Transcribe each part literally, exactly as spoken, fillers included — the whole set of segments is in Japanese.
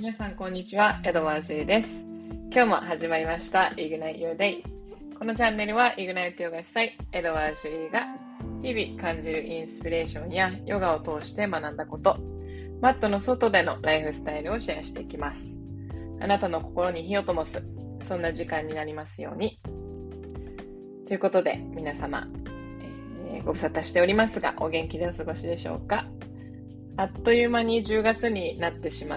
皆さんこんにちは、エドワージーです。今日も始まりました Ignite Your Day。このチャンネルは Ignite ヨガ主催エドワージーが日々感じるインスピレーションやヨガを通して学んだこと、マットの外でのライフスタイルをシェアしていきます。あなたの心に火を灯す、そんな時間になりますように。ということで皆様、えー、ご無沙汰しておりますが、お元気でお過ごしでしょうか。あっという間にじゅうがつになってしまって、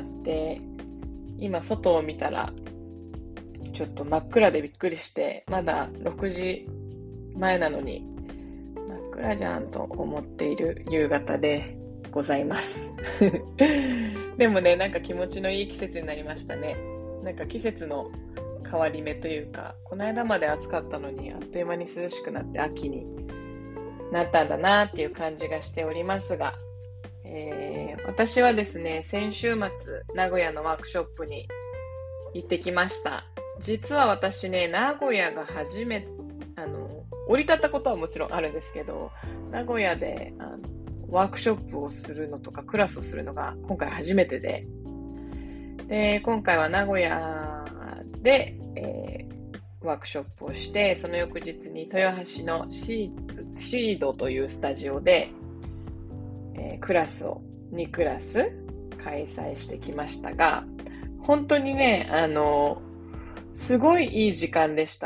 今外を見たらちょっと真っ暗でびっくりして、まだろくじまえなのに真っ暗じゃんと思っている夕方でございますでもね、なんか気持ちのいい季節になりましたね。なんか季節の変わり目というか、この間まで暑かったのにあっという間に涼しくなって秋になったんだなっていう感じがしておりますが、えー、私はですね、先週末名古屋のワークショップに行ってきました。実は私ね、名古屋が初めあの降り立ったことはもちろんあるんですけど、名古屋であのワークショップをするのとかクラスをするのが今回初めてで、で今回は名古屋で、えー、ワークショップをして、その翌日に豊橋のシー, シードというスタジオでえー、クラスをにクラス開催してきましたが、本当にね、あのすごいいい時間でした。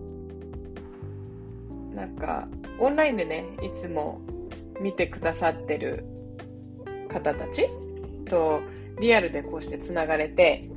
なんかオンラインでね、いつも見てくださってる方たちとリアルでこうしてつながれて、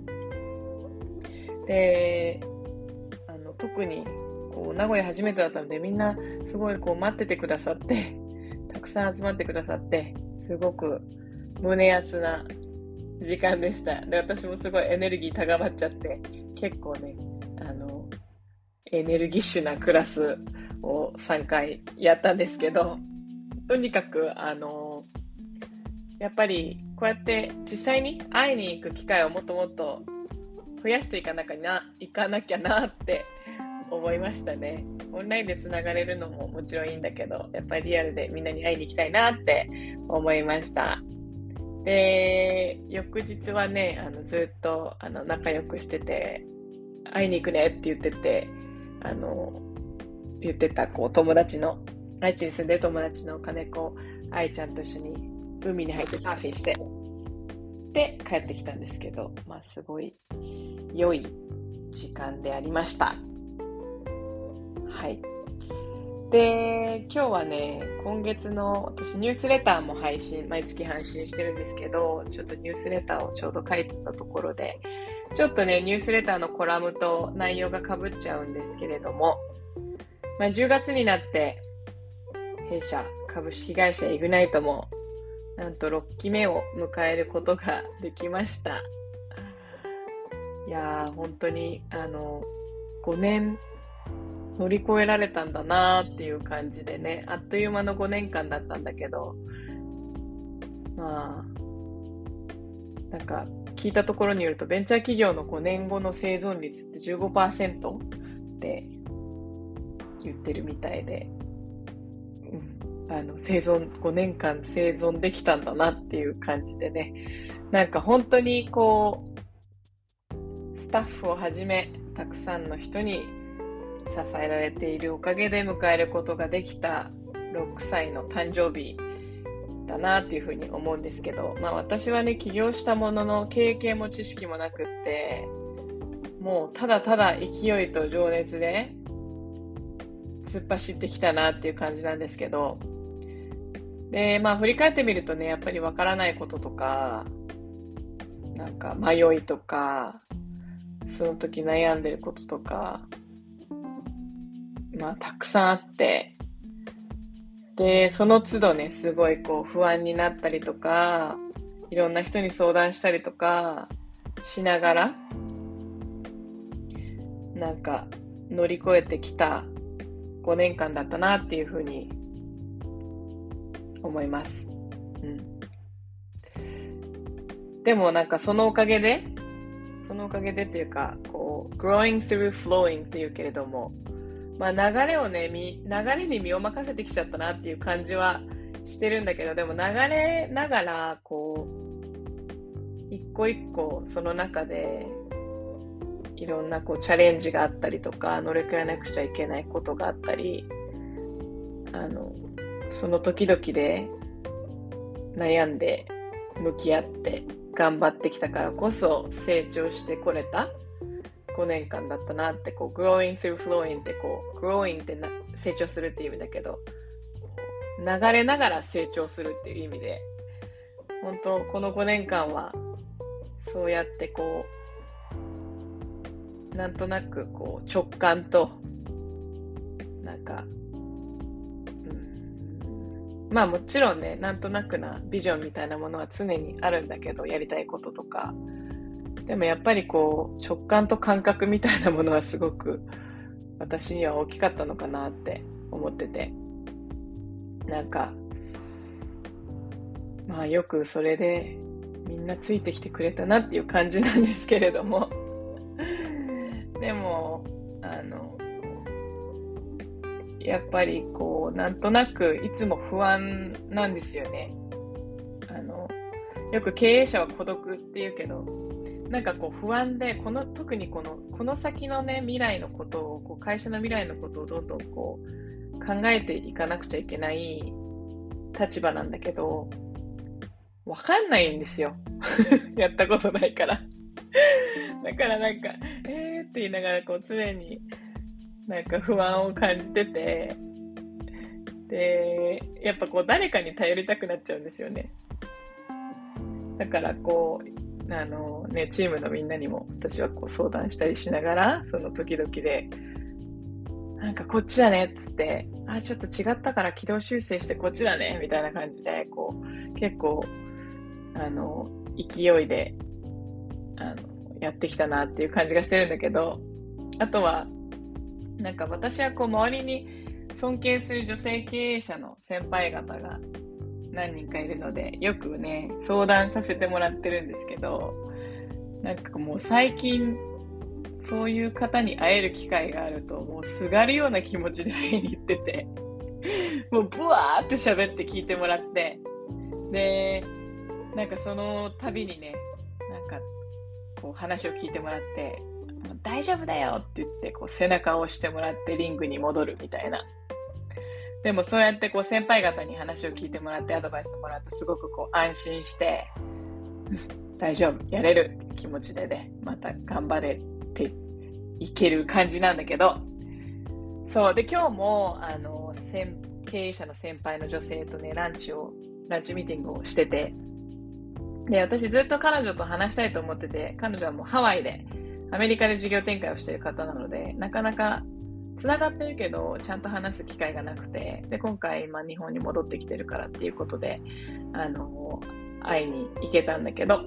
であの特にこう名古屋初めてだったので、みんなすごいこう待っててくださってたくさん集まってくださって、すごく胸熱な時間でした。で、私もすごいエネルギー高まっちゃって、結構ね、あのエネルギッシュなクラスをさんかいやったんですけど、とにかくあのやっぱりこうやって実際に会いに行く機会をもっともっと増やしていかなきゃな、いかなきゃなって思いましたね。オンラインでつながれるのももちろんいいんだけど、やっぱりリアルでみんなに会いに行きたいなって思いました。で、翌日はね、あのずっとあの仲良くしてて、会いに行くねって言ってて、あの言ってたこう友達の、愛知に住んでる友達の金子愛ちゃんと一緒に海に入ってサーフィンしてで帰ってきたんですけど、まあすごい良い時間でありました。はい。で、今日はね、今月の私ニュースレターも配信、毎月配信してるんですけど、ちょっとニュースレターをちょうど書いてたところで、ちょっとね、ニュースレターのコラムと内容が被っちゃうんですけれども、まあ、じゅうがつになって、弊社株式会社イグナイトも、なんとろっきめを迎えることができました。いやー、本当に、あの、ごねん、乗り越えられたんだなーっていう感じでね、あっという間のごねんかんだったんだけど、まあなんか聞いたところによると、ベンチャー企業のごねんごの生存率って じゅうごパーセント って言ってるみたいで、うん、あの生存ごねんかん生存できたんだなっていう感じでね、なんか本当にこうスタッフをはじめたくさんの人に支えられているおかげで迎えることができたろくさいの誕生日だなっていうふうに思うんですけど、まあ私はね、起業したものの経験も知識もなくって、もうただただ勢いと情熱で突っ走ってきたなっていう感じなんですけど、で、まあ振り返ってみるとね、やっぱりわからないこととか、なんか迷いとか、その時悩んでることとか、まあたくさんあって、でその都度ね、すごいこう不安になったりとか、いろんな人に相談したりとかしながら、なんか乗り越えてきたごねんかんだったなっていうふうに思います、うん、でもなんかそのおかげでそのおかげでっていうか、こう growing through flowing っていうけれども、まあ流れをね、流れに身を任せてきちゃったなっていう感じはしてるんだけど、でも流れながらこう一個一個その中でいろんなこうチャレンジがあったりとか乗り越えなくちゃいけないことがあったり、あのその時々で悩んで向き合って頑張ってきたからこそ成長してこれたごねんかんだったなって、こう growing through flowing ってこう growing ってな成長するっていう意味だけど、流れながら成長するっていう意味で、本当このごねんかんはそうやってこうなんとなくこう直感となんか、うん、まあもちろんね、なんとなくなビジョンみたいなものは常にあるんだけど、やりたいこととか、でもやっぱりこう直感と感覚みたいなものはすごく私には大きかったのかなって思ってて、なんかまあよくそれでみんなついてきてくれたなっていう感じなんですけれどもでもあのやっぱりこうなんとなくいつも不安なんですよね。あのよく経営者は孤独って言うけど、なんかこう不安で、この特にこのこの先のね未来のことをこう会社の未来のことをどんどんこう考えていかなくちゃいけない立場なんだけど、わかんないんですよやったことないからだからなんかえーって言いながらこう常になんか不安を感じてて、でやっぱこう誰かに頼りたくなっちゃうんですよね。だからこうあのねチームのみんなにも私はこう相談したりしながら、その時々でなんかこっちだねっつって、あちょっと違ったから軌道修正してこっちだねみたいな感じでこう結構あの勢いであのやってきたなっていう感じがしてるんだけど、あとはなんか私はこう周りに尊敬する女性経営者の先輩方が何人かいるので、よくね相談させてもらってるんですけど、なんかもう最近そういう方に会える機会があるともうすがるような気持ちで会いに行っててもうブワーって喋って聞いてもらって、でなんかその度にねなんかこう話を聞いてもらって、大丈夫だよって言ってこう背中を押してもらってリングに戻るみたいな。でもそうやってこう先輩方に話を聞いてもらってアドバイスもらうとすごくこう安心して大丈夫やれるって気持ちでねまた頑張れていける感じなんだけど、そうで今日もあの経営者の先輩の女性とねランチをランチミーティングをしてて、で私ずっと彼女と話したいと思ってて、彼女はもうハワイでアメリカで事業展開をしている方なのでなかなかつながってるけどちゃんと話す機会がなくて、で今回、まあ、日本に戻ってきてるからっていうことであの会いに行けたんだけど、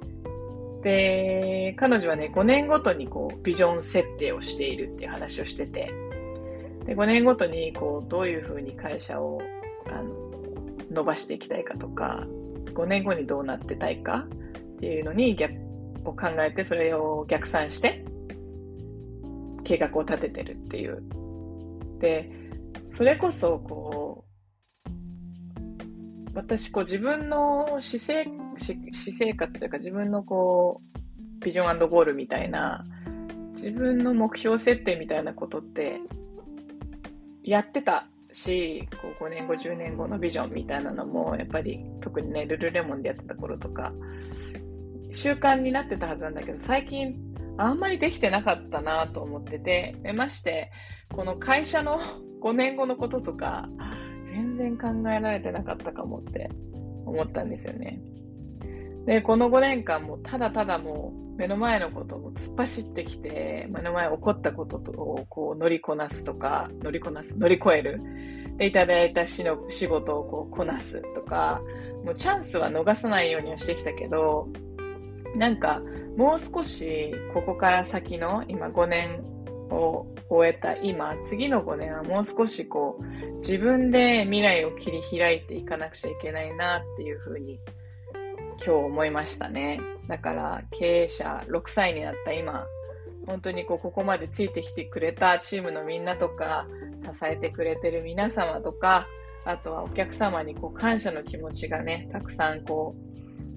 で彼女はねごねんごとにこうビジョン設定をしているっていう話をしてて、でごねんごとにこうどういうふうに会社をあの伸ばしていきたいかとか、ごねんごにどうなってたいかっていうのに逆を考えて、それを逆算して計画を立ててるっていう。でそれこそこう私こう自分の私生、私生活というか自分のこうビジョン&ゴールみたいな自分の目標設定みたいなことってやってたし、こうごねんごじゅうねんごのビジョンみたいなのもやっぱり特にねルルレモンでやってた頃とか習慣になってたはずなんだけど、最近あんまりできてなかったなと思ってて、でましてこの会社のごねんごのこととか全然考えられてなかったかもって思ったんですよね。でこのごねんかんもただただもう目の前のことを突っ走ってきて、目の前起こったことをこう乗りこなすとか乗りこなす乗り越える、でいただいた仕の仕事をこうこなすとか、もうチャンスは逃さないようにはしてきたけど、なんかもう少しここから先の今ごねんを終えた今、次のごねんはもう少しこう自分で未来を切り開いていかなくちゃいけないなっていうふうに今日思いましたね。だから経営者ろくさいになった今、本当にこうここまでついてきてくれたチームのみんなとか、支えてくれてる皆様とか、あとはお客様にこう感謝の気持ちがねたくさんこう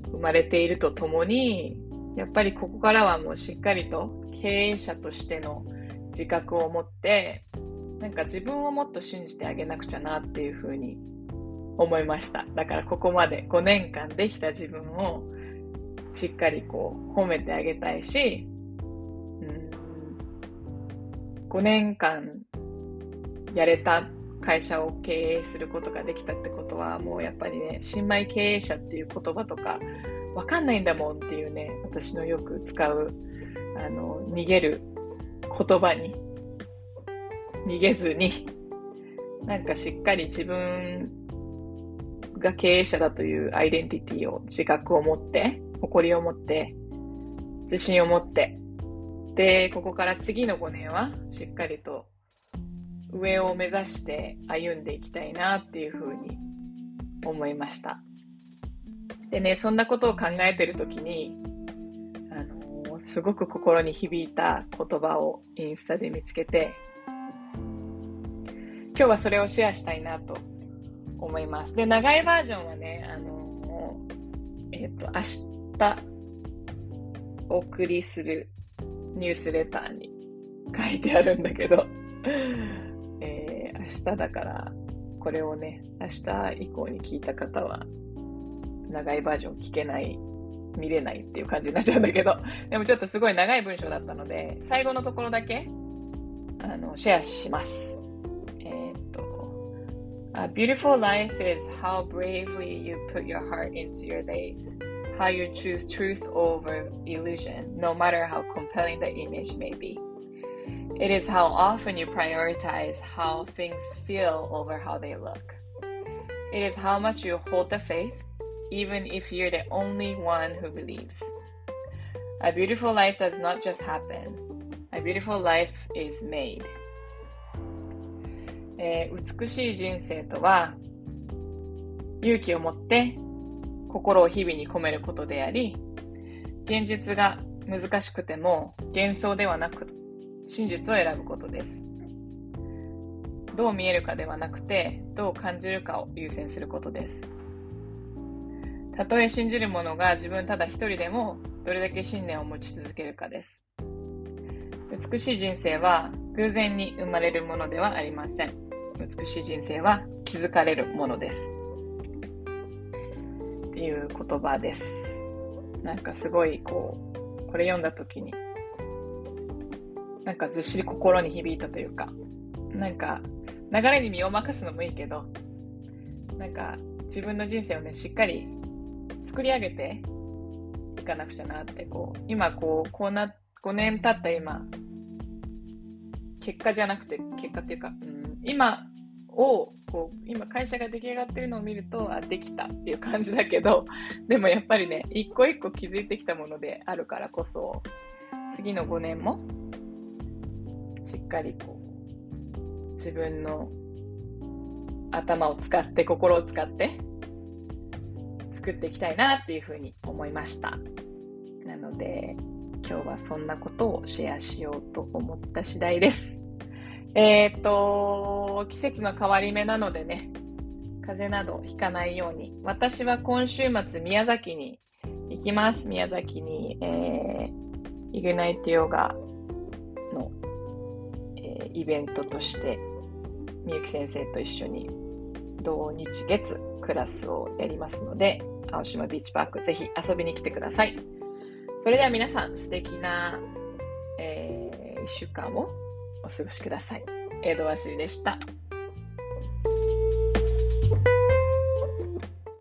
生まれているとともに、やっぱりここからはもうしっかりと経営者としての自覚を持って、なんか自分をもっと信じてあげなくちゃなっていうふうに思いました。だからここまでごねんかんできた自分をしっかりこう褒めてあげたいし、うん、ごねんかんやれた会社を経営することができたってことは、もうやっぱりね、新米経営者っていう言葉とかわかんないんだもんっていうね、私のよく使うあの逃げる言葉に逃げずに、なんかしっかり自分が経営者だというアイデンティティを、自覚を持って、誇りを持って、自信を持って、で、ここから次のごねんはしっかりと上を目指して歩んでいきたいなっていうふうに思いました。でね、そんなことを考えてるときに、あのー、すごく心に響いた言葉をインスタで見つけて、今日はそれをシェアしたいなと思います。で、長いバージョンはね、あのー、えっと、明日お送りするニュースレターに書いてあるんだけど、えー、明日だから、これをね、明日以降に聞いた方は、長いバージョン聞けない、見れないっていう感じになっちゃうんだけど、でもちょっとすごい長い文章だったので、最後のところだけ、あの、シェアします。A beautiful life is how bravely you put your heart into your days, how you choose truth over illusion, no matter how compelling the image may be. It is how often you prioritize how things feel over how they look. It is how much you hold the faith, even if you're the only one who believes. A beautiful life does not just happen. A beautiful life is made.えー、美しい人生とは勇気を持って心を日々に込めることであり、現実が難しくても幻想ではなく真実を選ぶことです。どう見えるかではなくて、どう感じるかを優先することです。たとえ信じる者が自分ただ一人でもどれだけ信念を持ち続けるかです。美しい人生は偶然に生まれるものではありません。美しい人生は気づかれるものです。っていう言葉です。なんかすごいこう、これ読んだ時に、なんかずっしり心に響いたというか、なんか流れに身を任すのもいいけど、なんか自分の人生をね、しっかり作り上げていかなくちゃなって、こう、今こう、こうな、ごねん経った今、結果じゃなくて、結果っていうか、うん、今をこう今会社が出来上がってるのを見ると、あ、できたっていう感じだけど、でもやっぱりね、一個一個気づいてきたものであるからこそ、次のごねんもしっかりこう自分の頭を使って心を使って作っていきたいなっていうふうに思いました。なので今日はそんなことをシェアしようと思った次第です。えーっと、季節の変わり目なのでね、風邪などひかないように。私は今週末宮崎に行きます。宮崎に、えー、イグナイトヨガの、えー、イベントとして、みゆき先生と一緒に土日月クラスをやりますので、青島ビーチパークぜひ遊びに来てください。それでは皆さん素敵な、えー、いっしゅうかんをお過ごしください。エイドワシーでした。